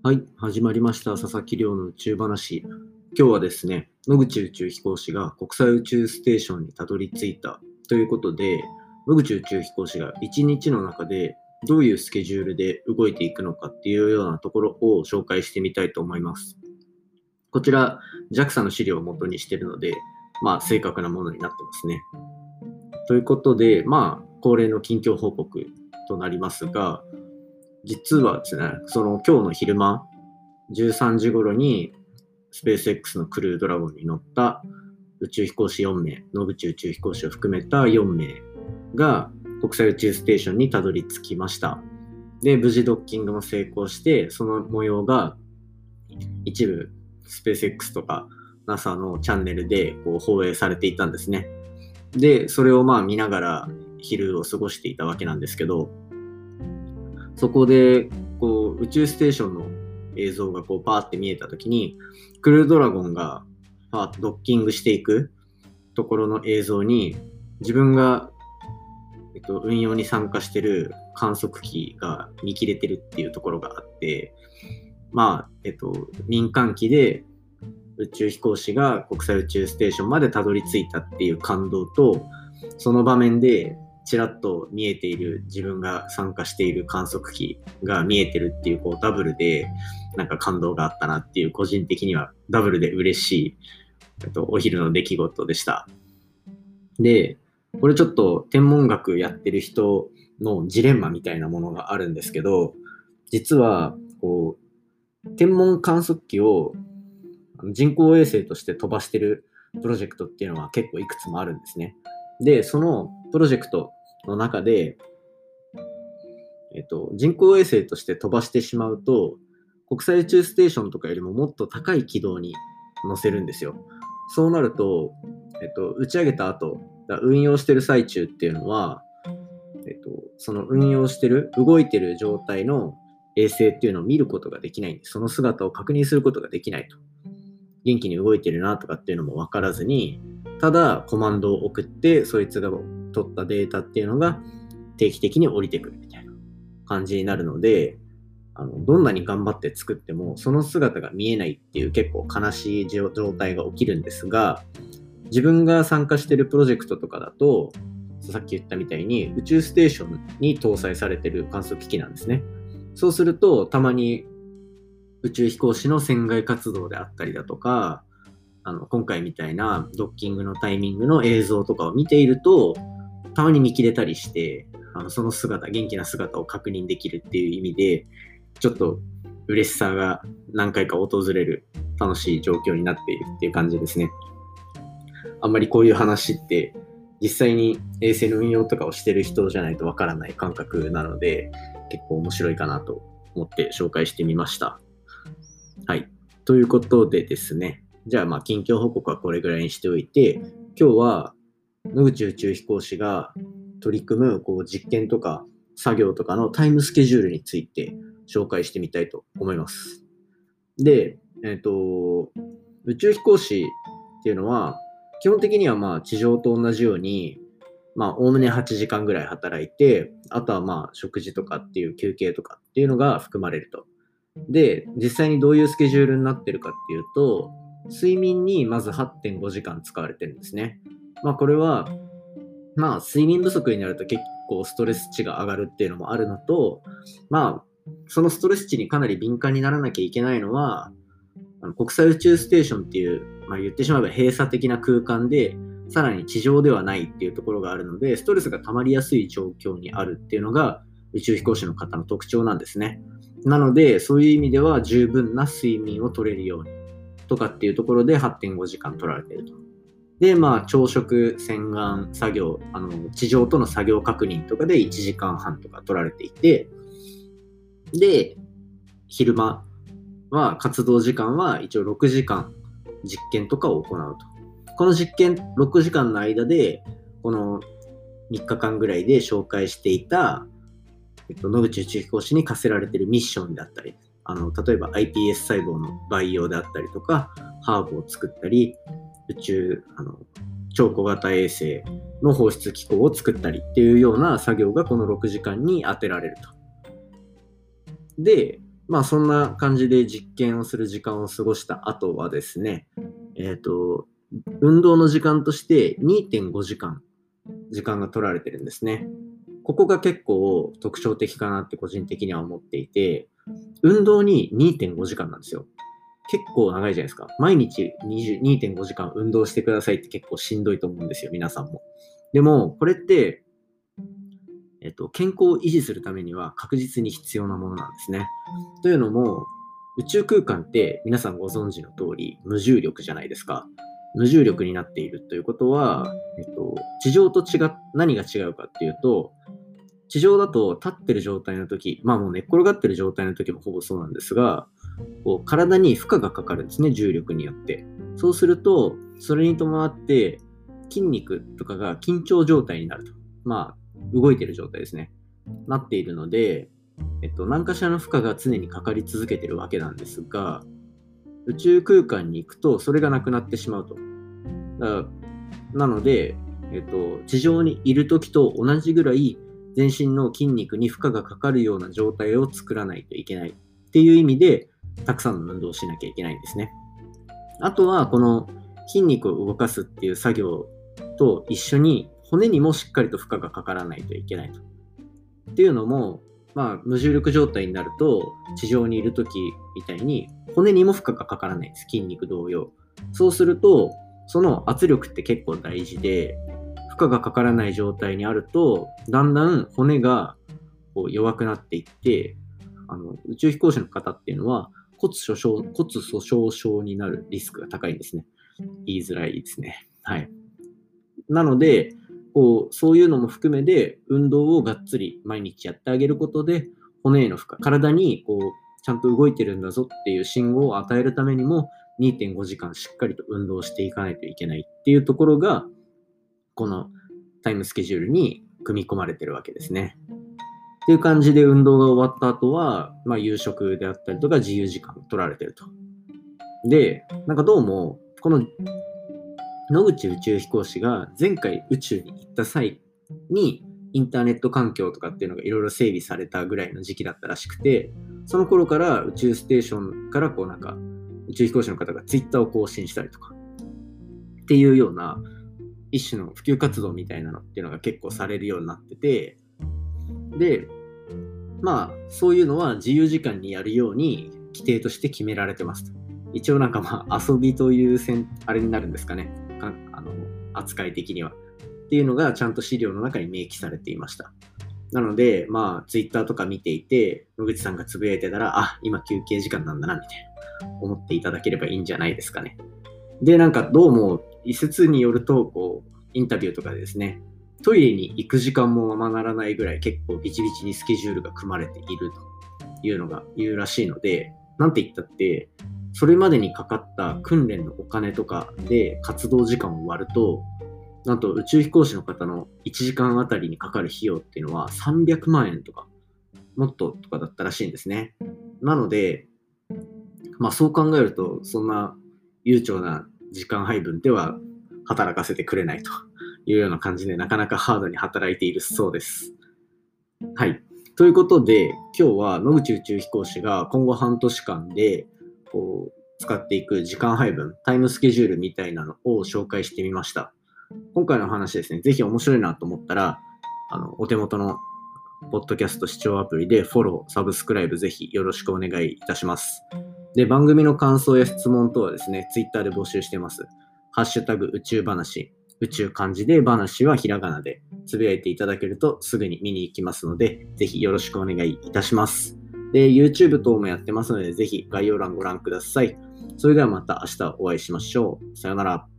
はい、始まりました。佐々木亮の宇宙話。今日はですね、野口宇宙飛行士が国際宇宙ステーションにたどり着いたということで、野口宇宙飛行士が1日の中でどういうスケジュールで動いていくのかっていうようなところを紹介してみたいと思います。こちら、JAXA の資料を元にしているので、正確なものになってますね。ということで、恒例の近況報告となりますが、実はですね、今日の昼間、13時頃にスペース X のクルードラゴンに乗った宇宙飛行士4名、野口宇宙飛行士を含めた4名が国際宇宙ステーションにたどり着きました。で、無事ドッキングも成功して、その模様が一部スペース X とか NASA のチャンネルで放映されていたんですね。で、それを見ながら昼を過ごしていたわけなんですけど、そこで宇宙ステーションの映像がパーって見えたときに、クルードラゴンがパーッとドッキングしていくところの映像に、自分が、運用に参加してる観測機が見切れてるっていうところがあって、民間機で宇宙飛行士が国際宇宙ステーションまでたどり着いたっていう感動と、その場面でちらっと見えている自分が参加している観測機が見えてるっていうダブルで感動があったなっていう、個人的にはダブルで嬉しいお昼の出来事でした。で、これちょっと天文学やってる人のジレンマみたいなものがあるんですけど、実は天文観測機を人工衛星として飛ばしてるプロジェクトっていうのは結構いくつもあるんですね。で、そのプロジェクトの中で、人工衛星として飛ばしてしまうと、国際宇宙ステーションとかよりももっと高い軌道に乗せるんですよ。そうなると、打ち上げた後、運用してる最中っていうのは、その運用してる、動いてる状態の衛星っていうのを見ることができないんです。その姿を確認することができないと。元気に動いてるなとかっていうのも分からずに、ただコマンドを送って、そいつが取ったデータっていうのが定期的に降りてくるみたいな感じになるので、どんなに頑張って作ってもその姿が見えないっていう結構悲しい状態が起きるんですが、自分が参加しているプロジェクトとかだと、さっき言ったみたいに宇宙ステーションに搭載されている観測機器なんですね。そうするとたまに宇宙飛行士の船外活動であったりだとか、今回みたいなドッキングのタイミングの映像とかを見ていると、たまに見切れたりして、その姿、元気な姿を確認できるっていう意味で、ちょっと嬉しさが何回か訪れる楽しい状況になっているっていう感じですね。あんまりこういう話って実際に衛星の運用とかをしてる人じゃないとわからない感覚なので、結構面白いかなと思って紹介してみました。はい。ということでですね、じゃあ近況報告はこれぐらいにしておいて、今日は野口宇宙飛行士が取り組む実験とか作業とかのタイムスケジュールについて紹介してみたいと思います。で、宇宙飛行士っていうのは基本的には地上と同じようにおおむね8時間ぐらい働いて、あとは食事とかっていう休憩とかっていうのが含まれると。で、実際にどういうスケジュールになってるかっていうと、睡眠にまず 8.5 時間使われてるんですね。これは、睡眠不足になると結構ストレス値が上がるっていうのもあるのと、そのストレス値にかなり敏感にならなきゃいけないのは、国際宇宙ステーションっていう、言ってしまえば閉鎖的な空間で、さらに地上ではないっていうところがあるので、ストレスが溜まりやすい状況にあるっていうのが宇宙飛行士の方の特徴なんですね。なので、そういう意味では十分な睡眠を取れるようにとかっていうところで 8.5 時間取られていると。で、朝食、洗顔、作業、地上との作業確認とかで1時間半とか取られていて、で、昼間は活動時間は一応6時間実験とかを行うと。この実験6時間の間で、この3日間ぐらいで紹介していた野口宇宙飛行士に課せられているミッションであったり、例えば iPS 細胞の培養であったりとか、ハーブを作ったり、超小型衛星の放出機構を作ったりっていうような作業がこの6時間に当てられると。で、 そんな感じで実験をする時間を過ごした後はですね、運動の時間として 2.5 時間時間が取られてるんですね。ここが結構特徴的かなって個人的には思っていて、運動に 2.5 時間なんですよ。結構長いじゃないですか。毎日 2.5 時間運動してくださいって結構しんどいと思うんですよ、皆さんも。でも、これって、健康を維持するためには確実に必要なものなんですね。というのも、宇宙空間って皆さんご存知の通り無重力じゃないですか。無重力になっているということは、地上と何が違うかっていうと、地上だと立ってる状態の時、もう寝っ転がってる状態の時もほぼそうなんですが、こう体に負荷がかかるんですね、重力によって。そうすると、それに伴って筋肉とかが緊張状態になると。動いてる状態ですね。なっているので、何かしらの負荷が常にかかり続けてるわけなんですが、宇宙空間に行くとそれがなくなってしまうと。なので、地上にいる時と同じぐらい全身の筋肉に負荷がかかるような状態を作らないといけないっていう意味で、たくさんの運動をしなきゃいけないんですね。あとは、この筋肉を動かすっていう作業と一緒に骨にもしっかりと負荷がかからないといけないと。っていうのも、無重力状態になると、地上にいるときみたいに骨にも負荷がかからないんです。筋肉同様。そうすると、その圧力って結構大事で、負荷がかからない状態にあると、だんだん骨がこう弱くなっていって、宇宙飛行士の方っていうのは骨粗鬆症になるリスクが高いんですね。言いづらいですね。はい。なので、そういうのも含めて運動をがっつり毎日やってあげることで、骨への負荷、体にちゃんと動いてるんだぞっていう信号を与えるためにも 2.5 時間しっかりと運動していかないといけないっていうところが、このタイムスケジュールに組み込まれてるわけですね。っていう感じで運動が終わった後は、夕食であったりとか自由時間を取られてると。で、どうも、この野口宇宙飛行士が前回宇宙に行った際にインターネット環境とかっていうのがいろいろ整備されたぐらいの時期だったらしくて、その頃から宇宙ステーションから宇宙飛行士の方がツイッターを更新したりとかっていうような一種の普及活動みたいなのっていうのが結構されるようになってて、で、そういうのは自由時間にやるように規定として決められてますと。一応遊びというあれになるんですかね。扱い的には。っていうのがちゃんと資料の中に明記されていました。なので、ツイッターとか見ていて、野口さんがつぶやいてたら、今休憩時間なんだな、みたいな、思っていただければいいんじゃないですかね。で、どうも、一説によると、インタビューとかでですね、トイレに行く時間もままならないぐらい結構ビチビチにスケジュールが組まれているというのが言うらしいので、なんて言ったって、それまでにかかった訓練のお金とかで活動時間を割ると、なんと宇宙飛行士の方の1時間あたりにかかる費用っていうのは300万円とか、もっととかだったらしいんですね。なので、そう考えると、そんな悠長な時間配分では働かせてくれないというような感じで、なかなかハードに働いているそうです。はい。ということで、今日は野口宇宙飛行士が今後半年間で使っていく時間配分、タイムスケジュールみたいなのを紹介してみました。今回の話ですね、ぜひ面白いなと思ったら、お手元のポッドキャスト視聴アプリでフォロー、サブスクライブぜひよろしくお願いいたします。で、番組の感想や質問等はですね、ツイッターで募集しています。ハッシュタグ宇宙話、宇宙漢字で話はひらがなでつぶやいていただけるとすぐに見に行きますので、ぜひよろしくお願いいたします。で、YouTube 等もやってますので、ぜひ概要欄ご覧ください。それではまた明日お会いしましょう。さよなら。